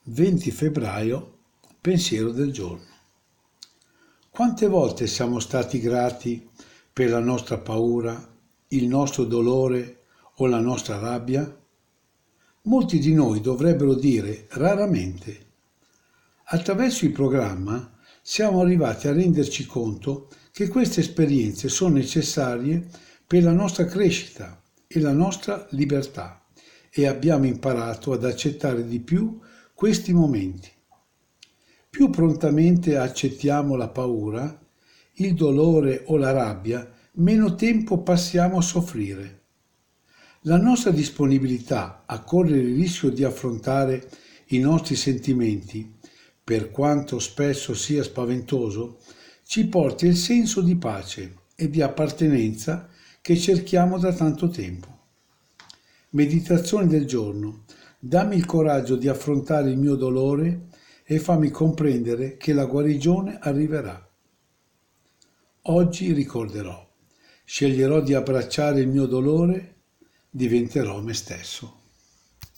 20 febbraio, pensiero del giorno. Quante volte siamo stati grati per la nostra paura, il nostro dolore o la nostra rabbia? Molti di noi dovrebbero dire raramente. Attraverso il programma siamo arrivati a renderci conto che queste esperienze sono necessarie per la nostra crescita e la nostra libertà e abbiamo imparato ad accettare di più questi momenti. Più prontamente accettiamo la paura, il dolore o la rabbia, meno tempo passiamo a soffrire. La nostra disponibilità a correre il rischio di affrontare i nostri sentimenti, per quanto spesso sia spaventoso, ci porta il senso di pace e di appartenenza che cerchiamo da tanto tempo. Meditazione del giorno. Dammi il coraggio di affrontare il mio dolore e fammi comprendere che la guarigione arriverà. Oggi ricorderò, sceglierò di abbracciare il mio dolore, diventerò me stesso.